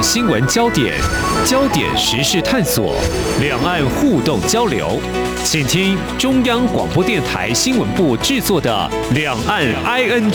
岸新闻焦点，焦点时事探索，两岸互动交流。请听中央广播电台新闻部制作的《两岸 ING》。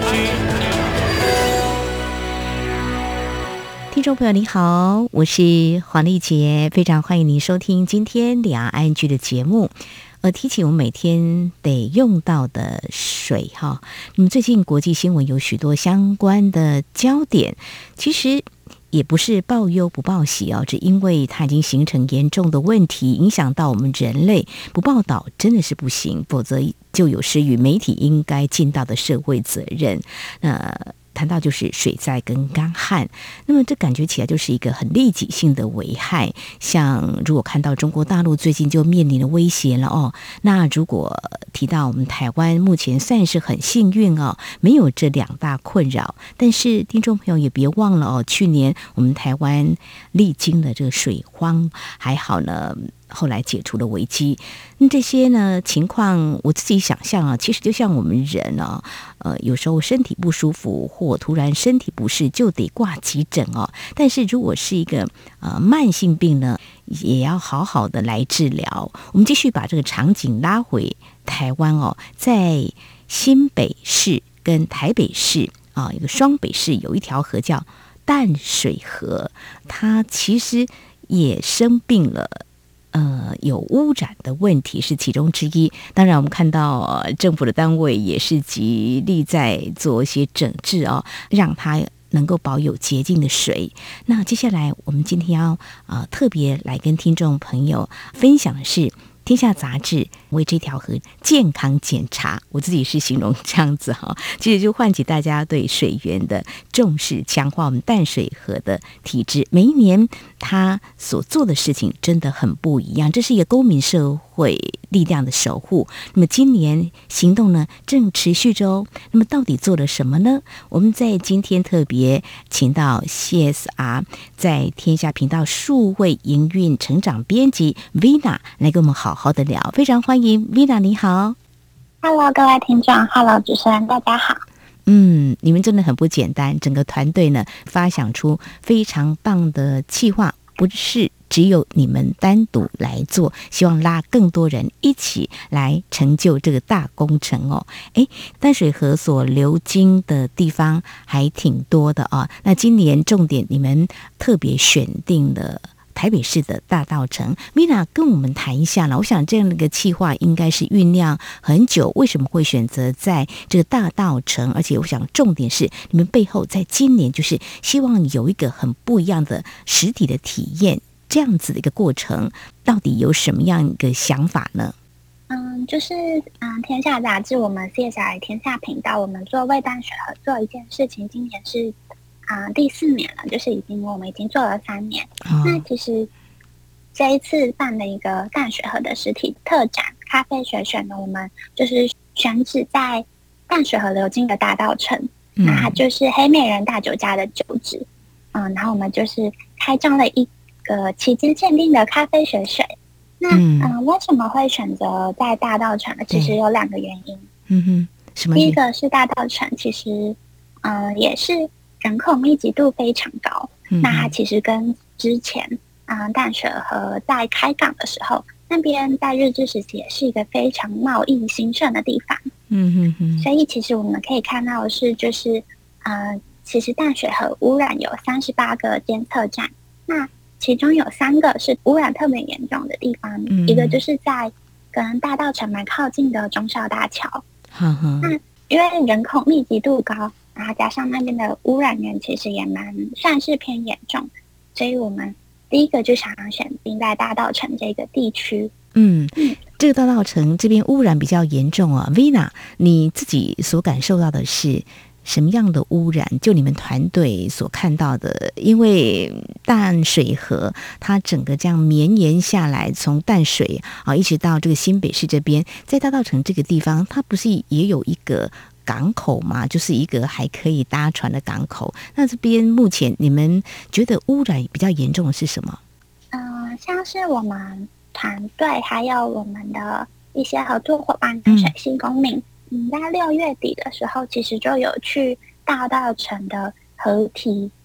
听众朋友你好，我是黄丽杰，非常欢迎您收听今天两岸 ING 的节目。提起我们每天得用到的水哈，那么最近国际新闻有许多相关的焦点，其实也不是报忧不报喜哦，只因为它已经形成严重的问题，影响到我们人类，不报道真的是不行，否则就有失于媒体应该尽到的社会责任。谈到就是水灾跟干旱，那么这感觉起来就是一个很立即性的危害。像如果看到中国大陆最近就面临的威胁了哦，那如果提到我们台湾目前算是很幸运哦，没有这两大困扰。但是听众朋友也别忘了哦，去年我们台湾历经了这个水荒，还好呢。后来解除了危机，这些呢情况我自己想象啊，其实就像我们人啊，有时候身体不舒服或突然身体不适就得挂急诊哦。但是如果是一个慢性病呢，也要好好的来治疗。我们继续把这个场景拉回台湾哦，在新北市跟台北市啊，一个双北市有一条河叫淡水河，它其实也生病了。有污染的问题是其中之一。当然我们看到政府的单位也是极力在做一些整治哦，让它能够保有洁净的水。那接下来我们今天要特别来跟听众朋友分享的是天下杂志为这条河健康检查，我自己是形容这样子哈，其实就唤起大家对水源的重视，强化我们淡水河的体质。每一年他所做的事情真的很不一样，这是一个公民社会力量的守护。那么今年行动呢正持续着，那么到底做了什么呢？我们在今天特别请到 CSR 在天下频道数位营运成长编辑 Vina 来跟我们好好的聊，非常欢迎 Vina， 你好。 Hello 各位听众， Hello 主持人，大家好。 你们真的很不简单，整个团队呢发想出非常棒的企划，不是只有你们单独来做，希望拉更多人一起来成就这个大工程哦。淡水河所流经的地方还挺多的啊。那今年重点你们特别选定了台北市的大稻埕。 Vina 跟我们谈一下了，我想这样的一个企划应该是酝酿很久，为什么会选择在这个大稻埕？而且我想重点是你们背后在今年就是希望有一个很不一样的实体的体验，这样子的一个过程到底有什么样一个想法呢？ 天下杂志我们 CSR 天下频道，我们做为淡水河做一件事情，今年是第4年了，就是我们已经做了3年。那其实这一次办的一个淡水河的实体特展咖啡水选呢，我们就是选址在淡水河流经的大稻埕，那它就是黑美人大酒家的酒址。然后我们就是开张了一个期间限定的咖啡水选。那为什么会选择在大稻埕呢？其实有2个原因。 什么？ 第一个是大稻埕其实也是人口密集度非常高。那它其实跟之前淡水河在开港的时候，那边在日治时期也是一个非常贸易兴盛的地方。所以其实我们可以看到的是，就是其实淡水河污染有38个监测站，那其中有3个是污染特别严重的地方。一个就是在跟大稻埕蛮靠近的忠孝大桥。那因为人口密集度高，然后加上那边的污染源其实也算是偏严重，所以我们第一个就想要选定在大稻埕这个地区。 这个大稻埕这边污染比较严重啊。 Vina 你自己所感受到的是什么样的污染？就你们团队所看到的，因为淡水河它整个这样绵延下来，从淡水一直到这个新北市这边，在大稻埕这个地方，它不是也有一个港口嘛，就是一个还可以搭船的港口。那这边目前你们觉得污染比较严重的是什么？ 像是我们团队还有我们的一些合作伙伴跟水系公民，在6月底的时候，其实就有去大稻埕的河堤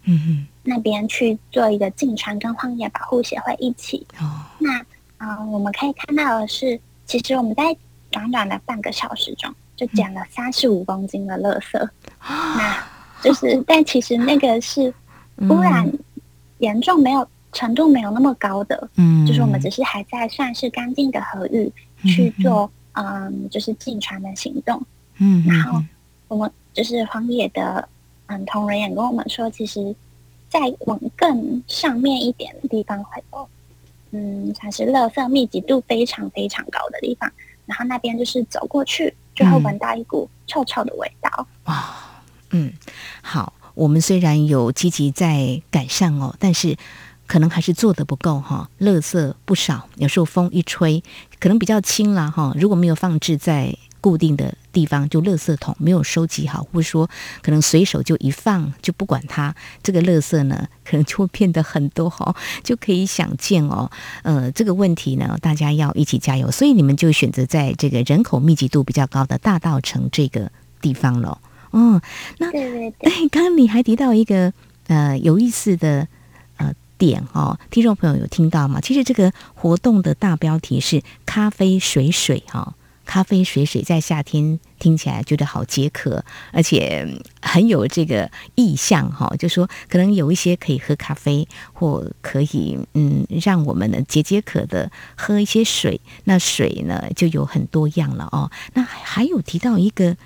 那边去做一个进船，跟荒野保护协会一起。那我们可以看到的是，其实我们在短短的半个小时中就捡了35公斤的垃圾。那就是，但其实那个是污染严重程度没有那么高的，就是我们只是还在算是干净的河域去做，就是进船的行动。然后我们就是荒野的，同仁也跟我们说，其实，在往更上面一点的地方会有，算是垃圾密集度非常非常高的地方，然后那边就是走过去就会闻到一股臭臭的味道。 哇，好，我们虽然有积极在改善哦，但是可能还是做得不够哈，垃圾不少，有时候风一吹，可能比较轻啦哈。如果没有放置在固定的地方，就垃圾桶没有收集好，或者说可能随手就一放就不管它，这个垃圾呢可能就会变得很多哈，就可以想见哦。这个问题呢，大家要一起加油。所以你们就选择在这个人口密集度比较高的大稻埕这个地方了。那对， 刚刚你还提到一个有意思的点哦，听众朋友有听到吗？其实这个活动的大标题是咖啡水水哈，咖啡水水在夏天听起来觉得好解渴，而且很有这个意象哈，就说可能有一些可以喝咖啡，或可以让我们呢解渴的喝一些水，那水呢就有很多样了哦。那还有提到一个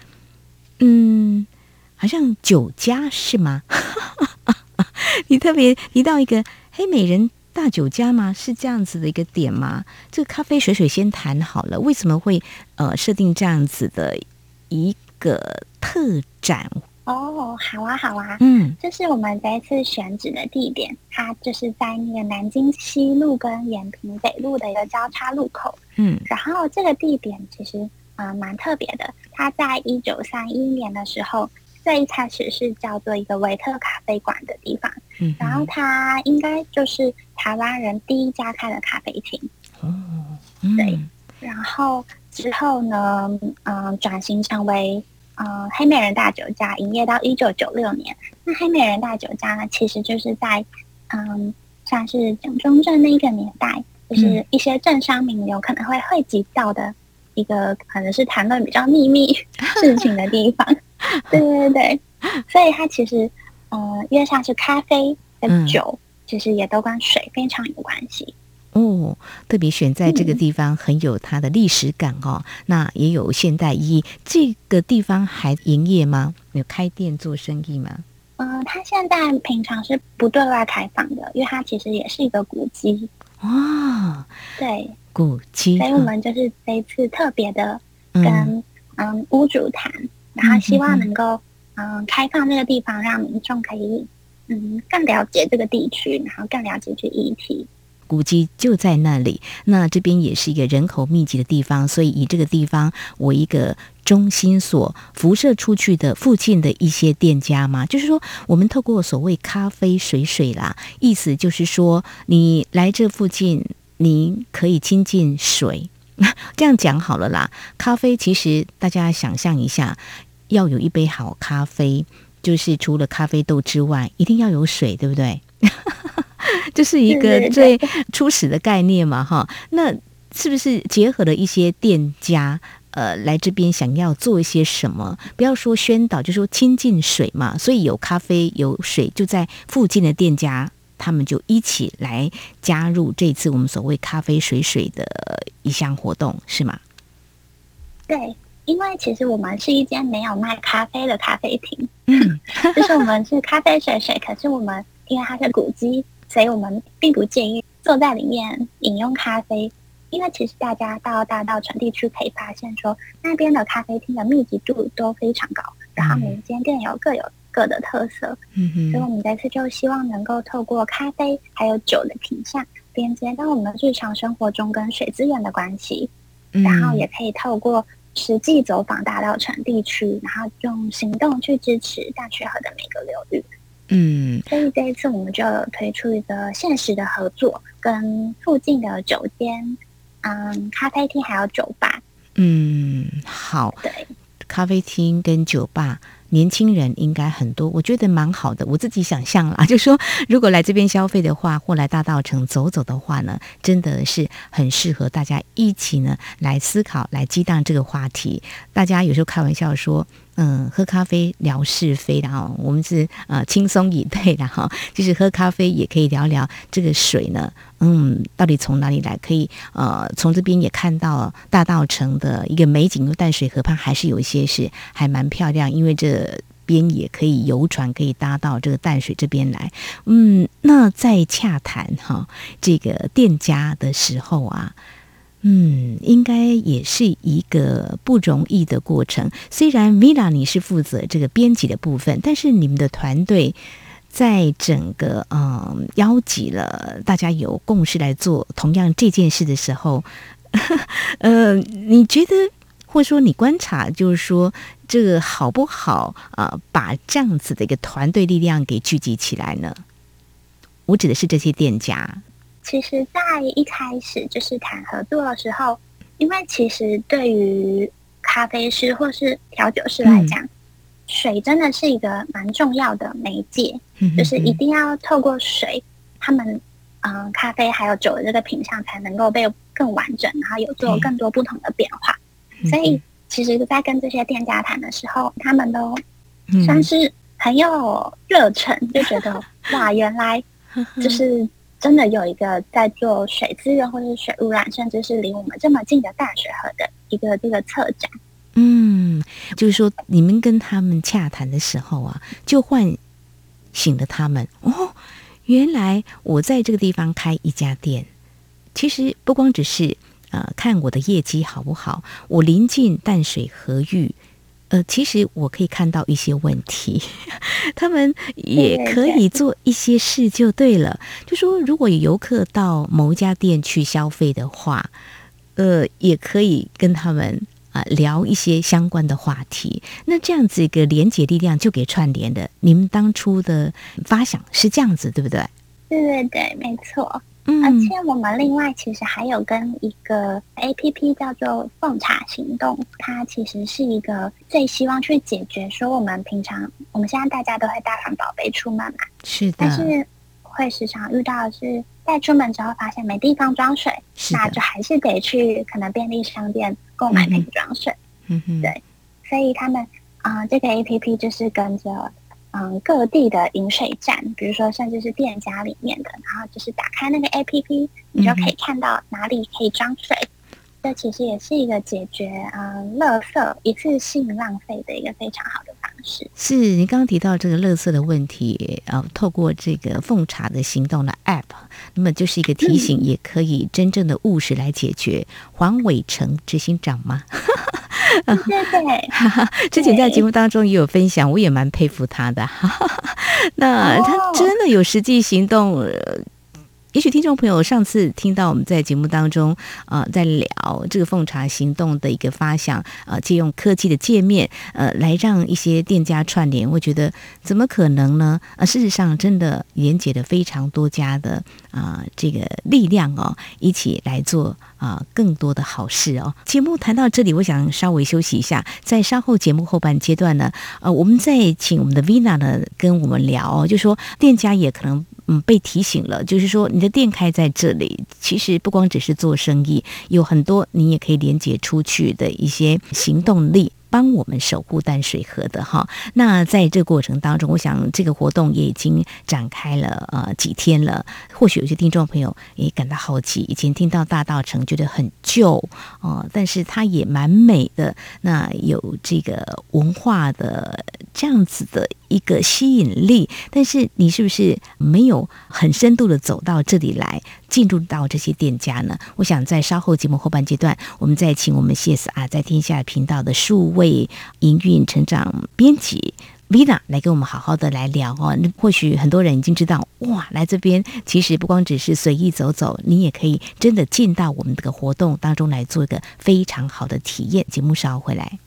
好像酒家是吗？你特别提到一个黑美人大酒家吗？是这样子的一个点吗？这个咖啡水水先谈好了，为什么会设定这样子的一个特展？ 好啊，这是我们这一次选址的地点，它就是在那个南京西路跟延平北路的一个交叉路口。然后这个地点其实蛮特别的，它在1931年的时候，最一开始是叫做一个维特咖啡馆的地方，然后它应该就是台湾人第一家开的咖啡厅。对，然后之后呢，转型成为黑美人大酒家，营业到1996年。那黑美人大酒家呢，其实就是在算是蒋中正那一个年代，就是一些政商名流可能会汇集到的一个可能是谈论比较秘密事情的地方。对，所以它其实因为像是咖啡跟酒，其实也都跟水非常有关系。 特别选在这个地方很有它的历史感哦，那也有现代意义。这个地方还营业吗？有开店做生意吗？ 它现在平常是不对外开放的，因为它其实也是一个古迹。对，古迹，所以我们就是这一次特别的跟屋主谈，然后希望能够开放这个地方，让民众可以更了解这个地区，然后更了解这议题。 古迹就在那里，那这边也是一个人口密集的地方，所以以这个地方为一个中心所，辐射出去的附近的一些店家嘛，就是说我们透过所谓咖啡水水啦，意思就是说你来这附近你可以亲近水，这样讲好了啦。咖啡其实大家想象一下，要有一杯好咖啡，就是除了咖啡豆之外一定要有水，对不对？这是一个最初始的概念嘛，哈。那是不是结合了一些店家，来这边想要做一些什么？不要说宣导，就说亲近水嘛。所以有咖啡有水，就在附近的店家，他们就一起来加入这次我们所谓咖啡水水的一项活动，是吗？ 对，因为其实我们是一间没有卖咖啡的咖啡厅，就是我们是咖啡水水，可是我们因为它是古迹，所以我们并不建议坐在里面饮用咖啡，因为其实大家到大稻埕地区可以发现说，那边的咖啡厅的密集度都非常高，然后每间店各有各的特色。所以我们这次就希望能够透过咖啡还有酒的品项，连接到我们日常生活中跟水资源的关系，然后也可以透过实际走访大稻埕地区，然后用行动去支持淡水河的每个流域。所以这一次我们就有推出一个现实的合作，跟附近的酒店、咖啡厅还有酒吧。好，对， 咖啡厅跟酒吧， 年轻人应该很多，我觉得蛮好的。我自己想象啦，就说如果来这边消费的话，或来大稻埕走走的话呢，真的是很适合大家一起呢来思考、来激荡这个话题。大家有时候开玩笑说，喝咖啡聊是非，然后我们是轻松以对，然后就是喝咖啡也可以聊聊这个水呢，到底从哪里来？可以从这边也看到大稻埕的一个美景，淡水河畔还是有一些是还蛮漂亮，因为这边也可以游船，可以搭到这个淡水这边来。那在洽谈这个店家的时候啊。应该也是一个不容易的过程。虽然 Vina 你是负责这个编辑的部分，但是你们的团队在整个邀集了大家有共识来做同样这件事的时候，你觉得或者说你观察，就是说这个好不好把这样子的一个团队力量给聚集起来呢？我指的是这些店家。 其实在一开始就是谈合作的时候，因为其实对于咖啡师或是调酒师来讲，水真的是一个蛮重要的媒介，就是一定要透过水，他们咖啡还有酒的这个品相才能够被更完整，然后有做更多不同的变化。所以其实在跟这些店家谈的时候，他们都算是很有热忱，就觉得哇，原来就是真的有一个在做水资源或是水污染，甚至是离我们这么近的淡水河的一个这个策展。 就是说你们跟他们洽谈的时候啊，就唤醒了他们。原来我在这个地方开一家店，其实不光只是看我的业绩好不好，我临近淡水河域。其实我可以看到一些问题，他们也可以做一些事就对了。就说如果有游客到某一家店去消费的话，也可以跟他们聊一些相关的话题。那这样子一个连结力量就给串联的。你们当初的发想是这样子，对不对？ 对，没错。而且我们另外其实还有跟一个 APP 叫做奉茶行动，它其实是一个最希望去解决说我们现在大家都会带环保杯出门嘛， 是的， 但是会时常遇到的是带出门之后发现没地方装水，那就还是得去可能便利商店购买瓶装水。对，所以他们这个 APP 就是跟着各地的饮水站，比如说甚至是店家里面的，然后就是打开那个 APP， 你就可以看到哪里可以装水。这其实也是一个解决垃圾一次性浪费的一个非常好的方式。 是你刚刚提到这个垃圾的问题，透过这个奉茶的行动的 App， 那么就是一个提醒，也可以真正的务实来解决。黄伟成执行长吗？ 对， 之前在节目当中也有分享，我也蛮佩服他的。那他真的有实际行动。也许听众朋友上次听到我们在节目当中在聊这个奉茶行动的一个发想，借用科技的界面来让一些店家串联，我觉得怎么可能呢？事实上真的连接了非常多家的这个力量一起来做更多的好事哦。节目谈到这里，我想稍微休息一下，在稍后节目后半阶段呢，我们再请我们的 Vina 呢跟我们聊就说店家也可能被提醒了，就是说你的店开在这里，其实不光只是做生意，有很多你也可以连接出去的一些行动力，帮我们守护淡水河的哈。那在这个过程当中，我想这个活动也已经展开了几天了。或许有些听众朋友也感到好奇，以前听到大稻埕觉得很旧但是它也蛮美的，那有这个文化的这样子的一个吸引力，但是你是不是没有很深度的走到这里来，进入到这些店家呢？我想在稍后节目后半阶段，我们再请我们CSR在天下频道的数位营运成长编辑 Vina 来跟我们好好的来聊或许很多人已经知道，哇，来这边其实不光只是随意走走，你也可以真的进到我们这个活动当中来做一个非常好的体验。节目稍后回来。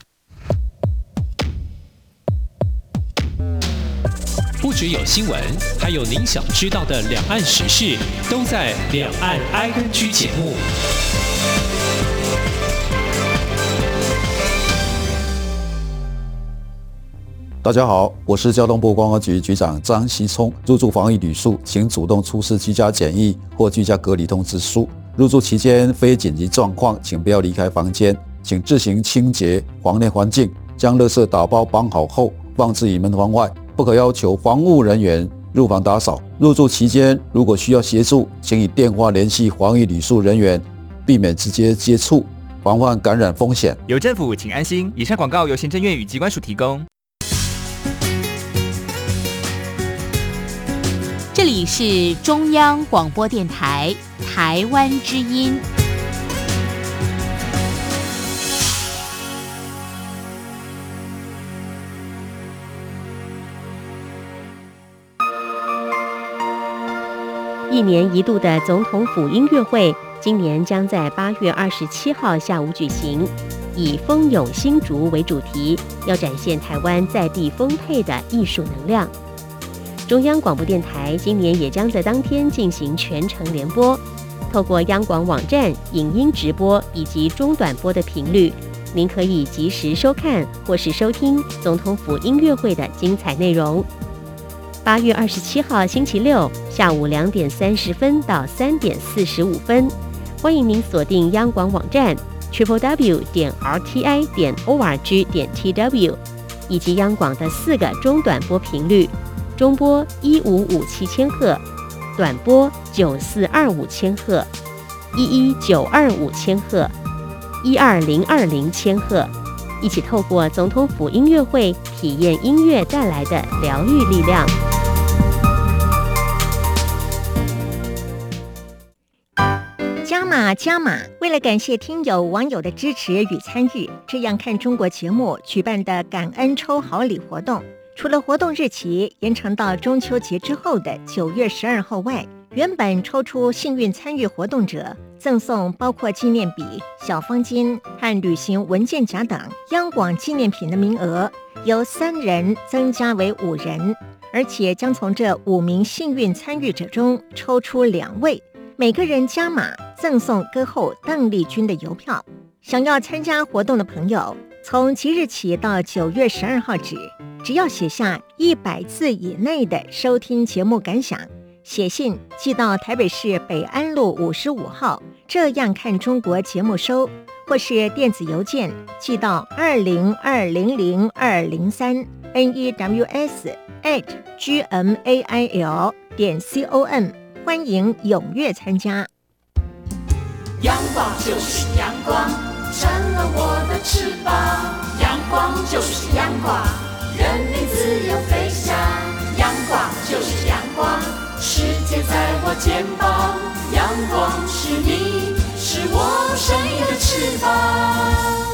不只有新闻，还有您想知道的两岸时事，都在《两岸 ING》节目。 大家好，我是交通部观光局局长张锡聪。入住防疫旅宿，请主动出示居家检疫或居家隔离通知书。入住期间非紧急状况，请不要离开房间，请自行清洁房内环境，将垃圾打包绑好后放置于门房外，不可要求防务人员入房打扫。入住期间如果需要协助，请以电话联系防疫旅宿人员，避免直接接触，防范感染风险。 有政府，请安心。以上广告由行政院与疾管署提供。 这里是中央广播电台台湾之音。 一年一度的总统府音乐会，今年将在8月27号下午举行，以风涌新竹为主题，要展现台湾在地丰沛的艺术能量。中央广播电台今年也将在当天进行全程联播，透过央广网站、影音直播以及中短波的频率，您可以及时收看或是收听总统府音乐会的精彩内容。8月27号星期六下午2点30分到3点45分，欢迎您锁定央广网站 www.rti.org.tw 以及央广的4个中短波频率。中波1557千赫，短波9425千赫，11925千赫，12020千赫，一起透过总统府音乐会，体验音乐带来的疗愈力量。 加码加码！为了感谢听友网友的支持与参与，这样看中国节目举办的感恩抽好礼活动。除了活动日期延长到中秋节之后的9月12号外，原本抽出幸运参与活动者赠送包括纪念笔、小方巾和旅行文件夹等央广纪念品的名额，由3人增加为5人，而且将从这5名幸运参与者中抽出2位，每个人加码赠送歌后邓丽君的邮票。想要参加活动的朋友，从即日起到9月12号止，只要写下100字以内的收听节目感想，写信寄到台北市北安路55号这样看中国节目收，或是电子邮件寄到20200news@gmail.com， 欢迎踊跃参加。 阳光就是阳光，成了我的翅膀。阳光就是阳光，人民自由飞翔。阳光就是阳光，世界在我肩膀。阳光是你，是我生命的翅膀。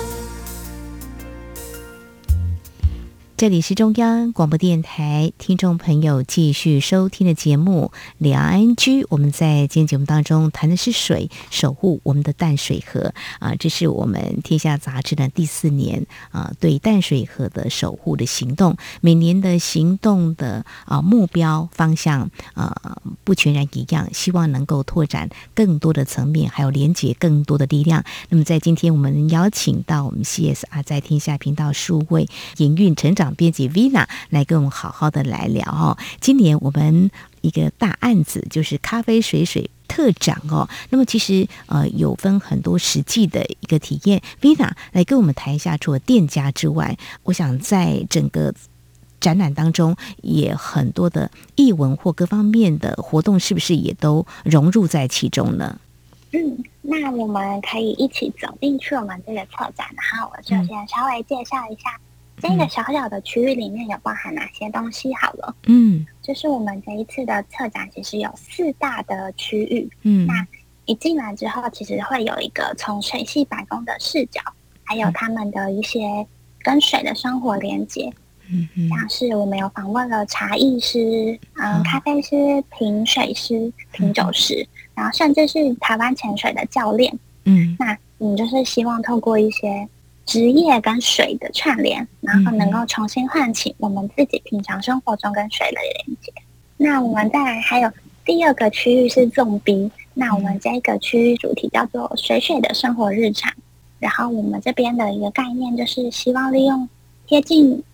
这里是中央广播电台，听众朋友继续收听的节目两岸安居。我们在今天节目当中谈的是水，守护我们的淡水河这是我们天下杂志的第4年对淡水河的守护的行动。每年的行动的目标方向不全然一样，希望能够拓展更多的层面，还有连结更多的力量。那么在今天我们邀请到我们 CSR 在天下频道数位营运成长编辑 Vina 来跟我们好好的来聊今年我们一个大案子就是咖啡水水特展那么其实有分很多实际的一个体验。 Vina 来跟我们谈一下，除了店家之外，我想在整个展览当中也很多的艺文或各方面的活动，是不是也都融入在其中呢？ 那我们可以一起走进去我们这个策展，然后我就先稍微介绍一下这个小小的区域里面有包含哪些东西好了。就是我们这一次的策展其实有4大的区域。那一进来之后，其实会有一个从水系百工的视角，还有他们的一些跟水的生活连接。像是我们有访问了茶艺师、咖啡师、品水师、品酒师，然后甚至是台湾潜水的教练。那我们就是希望透过一些职业跟水的串联，然后能够重新唤起我们自己平常生活中跟水的连接。那我们再来还有第2个区域是纵逼，那我们这个区域主题叫做水水的生活日常。然后我们这边的一个概念就是希望利用贴近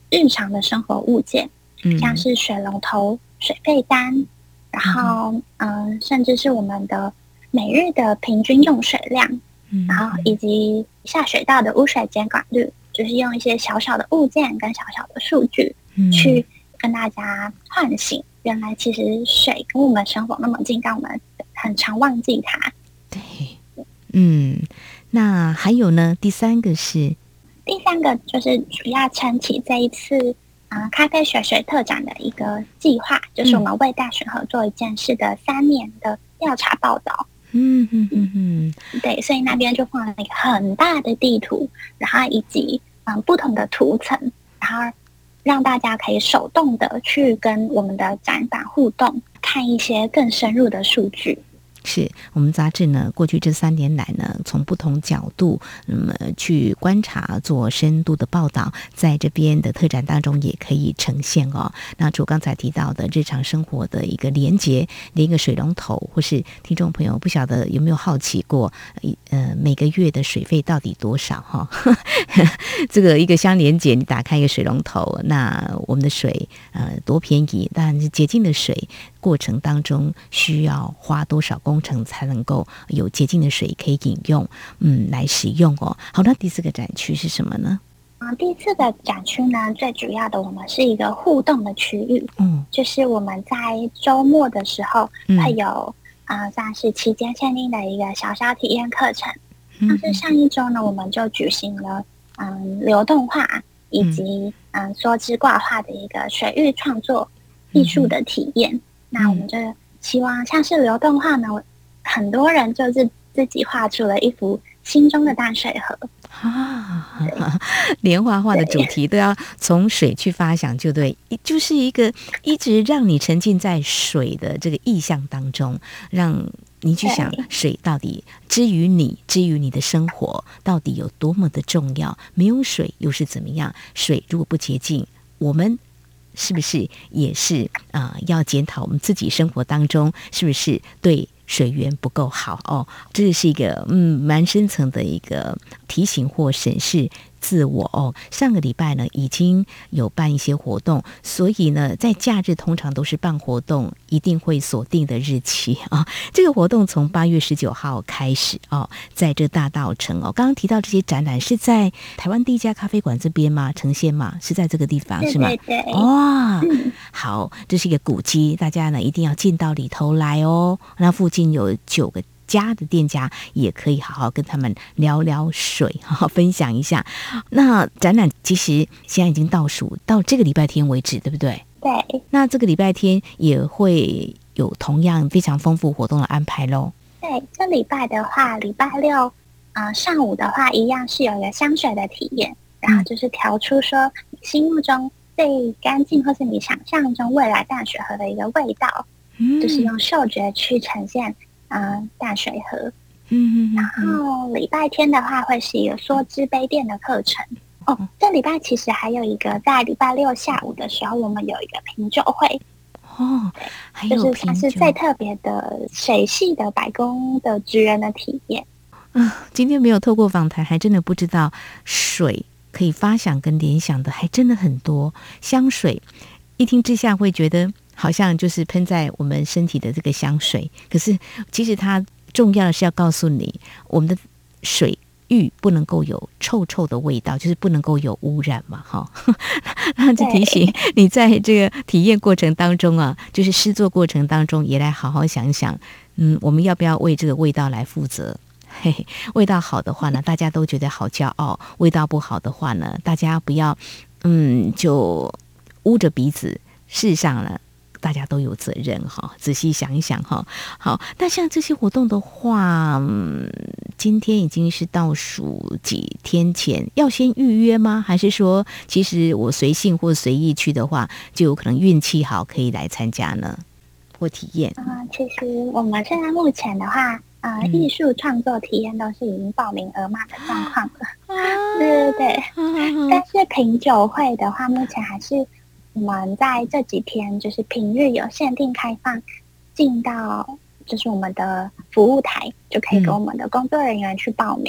日常的生活物件，像是水龙头、水费单，然后甚至是我们的每日的平均用水量，然后以及下水道的污水监管率，就是用一些小小的物件跟小小的数据，去跟大家唤醒，原来其实水跟我们生活那么近，但我们很常忘记它。 对，那还有呢？第三个就是主要撑起这一次咖啡水水特展的一个计划，就是我们为大学合作一件事的3年的调查报道。对，所以那边就放了一个很大的地图，然后以及不同的图层，然后让大家可以手动的去跟我们的展板互动，看一些更深入的数据。 是我们杂志呢，过去这3年来呢，从不同角度去观察，做深度的报道，在这边的特展当中也可以呈现哦。那除刚才提到的日常生活的一个连结，连一个水龙头，或是听众朋友不晓得有没有好奇过，每个月的水费到底多少哈？这个一个相连结，你打开一个水龙头，那我们的水多便宜，当然是洁净的水过程当中需要花多少工程才能够有洁净的水可以饮用来使用哦。好，那第4个展区是什么呢？ 第4个展区呢，最主要的我们是一个互动的区域，就是我们在周末的时候会有像是期间限定的一个小小体验课程。像是上一周呢，我们就举行了流动画以及梭织挂画的一个水域创作艺术的体验。那我们就希望像是流动画呢，很多人就是自己画出了一幅心中的淡水河连画画的主题都要从水去发想，就对，就是一个一直让你沉浸在水的这个意象当中，让你去想水到底之于你的生活到底有多么的重要，没有水又是怎么样？水如果不洁净，我们是不是也是要检讨我们自己生活当中是不是对水源不够好哦？这是一个蛮深层的一个提醒或审视自我哦。上个礼拜呢已经有办一些活动，所以呢在假日通常都是办活动一定会锁定的日期啊。这个活动从8月19号开始哦，在这大稻埕哦。刚刚提到这些展览是在台湾第一家咖啡馆这边吗？呈现吗？是在这个地方是吗？ 对。 哇，好，这是一个古迹，大家呢一定要进到里头来哦。那附近有9个家的店家也可以好好跟他们聊聊水，好好分享一下。那展览其实现在已经倒数到这个礼拜天为止，对不对？ 对。 那这个礼拜天也会有同样非常丰富活动的安排咯。 对，这礼拜的话，礼拜6上午的话，一样是有一个香水的体验，然后就是调出说你心目中最干净或是你想象中未来淡水河的一个味道，就是用嗅觉去呈现淡水河。然后礼拜天的话会是一个梭织杯垫的课程。这礼拜其实还有一个，在礼拜6下午的时候，我们有一个品酒会。 还有就是它是最特别的水系的百工的职人的体验。 今天没有透过访谈，还真的不知道水可以发想跟联想的还真的很多。香水一听之下会觉得好像就是喷在我们身体的这个香水，可是其实它重要的是要告诉你，我们的水域不能够有臭臭的味道，就是不能够有污染嘛，那就提醒你在这个体验过程当中啊，就是施作过程当中也来好好想想，我们要不要为这个味道来负责？味道好的话呢，大家都觉得好骄傲；味道不好的话呢，大家不要就捂着鼻子。事实上呢，大家都有责任哈，仔细想一想哈。好，那像这些活动的话，今天已经是倒数几天前，要先预约吗？还是说，其实我随性或随意去的话，就有可能运气好可以来参加呢，或体验？ 其实我们现在目前的话，艺术创作体验都是已经报名额满的状况了。对。但是品酒会的话，目前还是我们在这几天就是平日有限定开放，进到就是我们的服务台，就可以跟我们的工作人员去报名。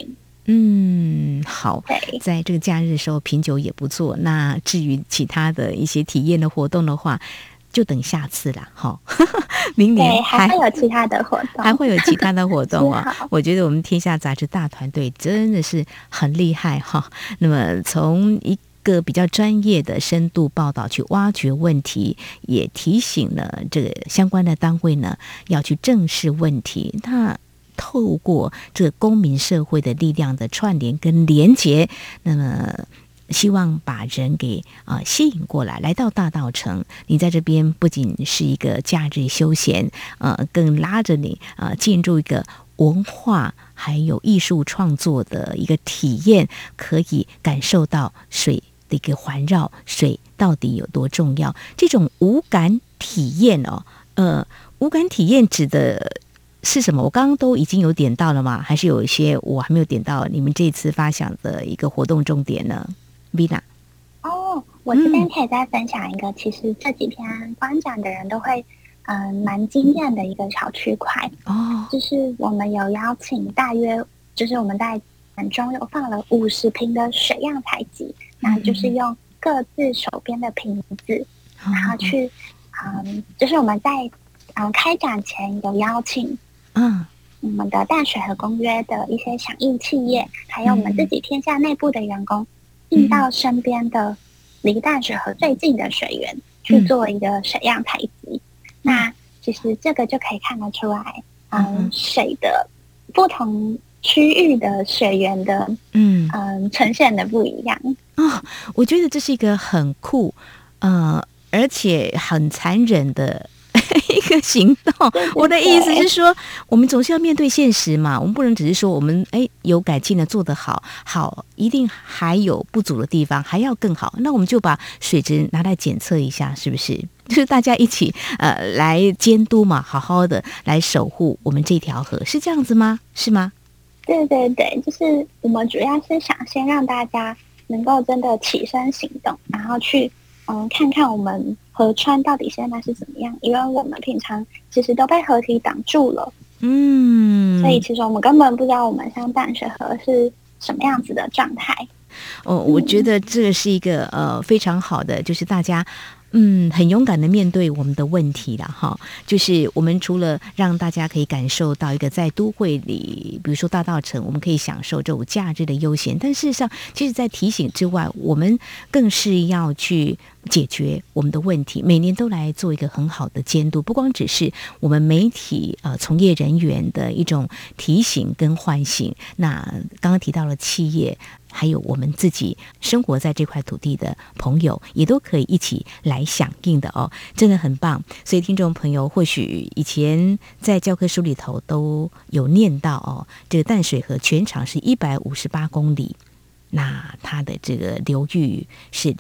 好，在这个假日的时候品酒也不错。那至于其他的一些体验的活动的话，就等下次啦。好，明年还会有其他的活动， 还会有其他的活动啊。我觉得我们天下杂志大团队真的是很厉害哈。那么从一个比较专业的深度报道去挖掘问题，也提醒了这个相关的单位呢要去正视问题。那透过这个公民社会的力量的串联跟连结，那么希望把人给吸引过来，来到大稻埕。你在这边不仅是一个假日休闲，更拉着你进入一个文化还有艺术创作的一个体验，可以感受到水的一个环绕，水到底有多重要。这种无感体验无感体验指的是什么？我刚刚都已经有点到了吗？还是有一些我还没有点到你们这次发想的一个活动重点呢 ？Vina， 我这边可以再分享一个，其实这几天观展的人都会蛮惊艳的一个小区块就是我们有邀请大约，就是我们在展中有放了50瓶的水样采集，那就是用各自手边的瓶子，然后去就是我们在开展前有邀请我们的淡水河公约的一些响应企业，还有我们自己天下内部的员工，进到身边的离淡水河最近的水源去做一个水样采集。那其实这个就可以看得出来，水的不同区域的水源的呈现的不一样我觉得这是一个很酷而且很残忍的一个行动。我的意思是说，我们总是要面对现实嘛，我们不能只是说我们有改进了，做得好，一定还有不足的地方，还要更好。那我们就把水质拿来检测一下，是不是？就是大家一起来监督嘛，好好的来守护我们这条河，是这样子吗？是吗？ 对对对，就是我们主要是想先让大家能够真的起身行动，然后去看看我们河川到底现在是怎么样，因为我们平常其实都被河体挡住了，所以其实我们根本不知道我们像淡水河是什么样子的状态。 我觉得这是一个非常好的，就是大家很勇敢的面对我们的问题了哈。就是我们除了让大家可以感受到一个在都会里，比如说大稻埕，我们可以享受这种假日的悠闲，但事实上，其实在提醒之外，我们更是要去解决我们的问题，每年都来做一个很好的监督，不光只是我们媒体从业人员的一种提醒跟唤醒。那刚刚提到了企业，还有我们自己生活在这块土地的朋友，也都可以一起来响应的真的很棒。所以听众朋友或许以前在教科书里头都有念到这个淡水河全长是158公里，那它的这个流域是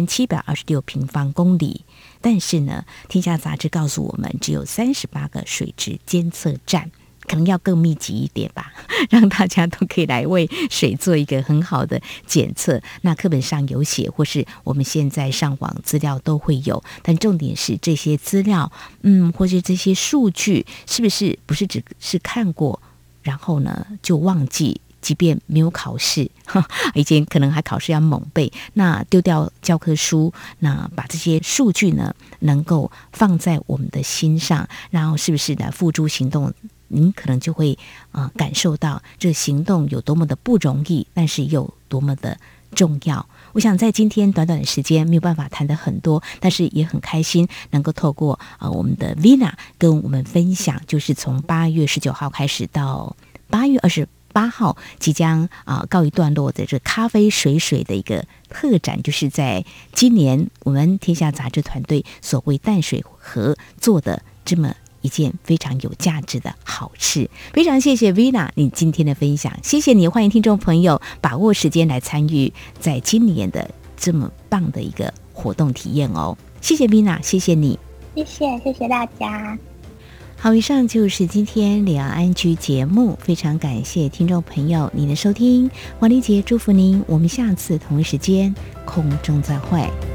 2726平方公里，但是呢，天下杂志告诉我们只有38个水质监测站，可能要更密集一点吧，让大家都可以来为水做一个很好的检测。那课本上有写，或是我们现在上网资料都会有，但重点是这些资料，或是这些数据，是不是只是看过，然后呢就忘记？即便没有考试，以前可能还考试要猛背，那丢掉教科书，那把这些数据呢能够放在我们的心上，然后是不是呢付诸行动，您可能就会感受到这行动有多么的不容易，但是又多么的重要。我想在今天短短的时间没有办法谈得很多，但是也很开心能够透过我们的 Vina 跟我们分享，就是从8月19号开始到8月28号即将告一段落的这咖啡水的一个特展，就是在今年我们天下杂志团队所为淡水河做的这么一件非常有价值的好事。非常谢谢 Vina 你今天的分享，谢谢你，欢迎听众朋友把握时间来参与在今年的这么棒的一个活动体验谢谢 Vina， 谢谢你， 谢谢大家。 好，以上就是今天两岸安居节目，非常感谢听众朋友您的收听，王丽姐祝福您，我们下次同一时间空中再会。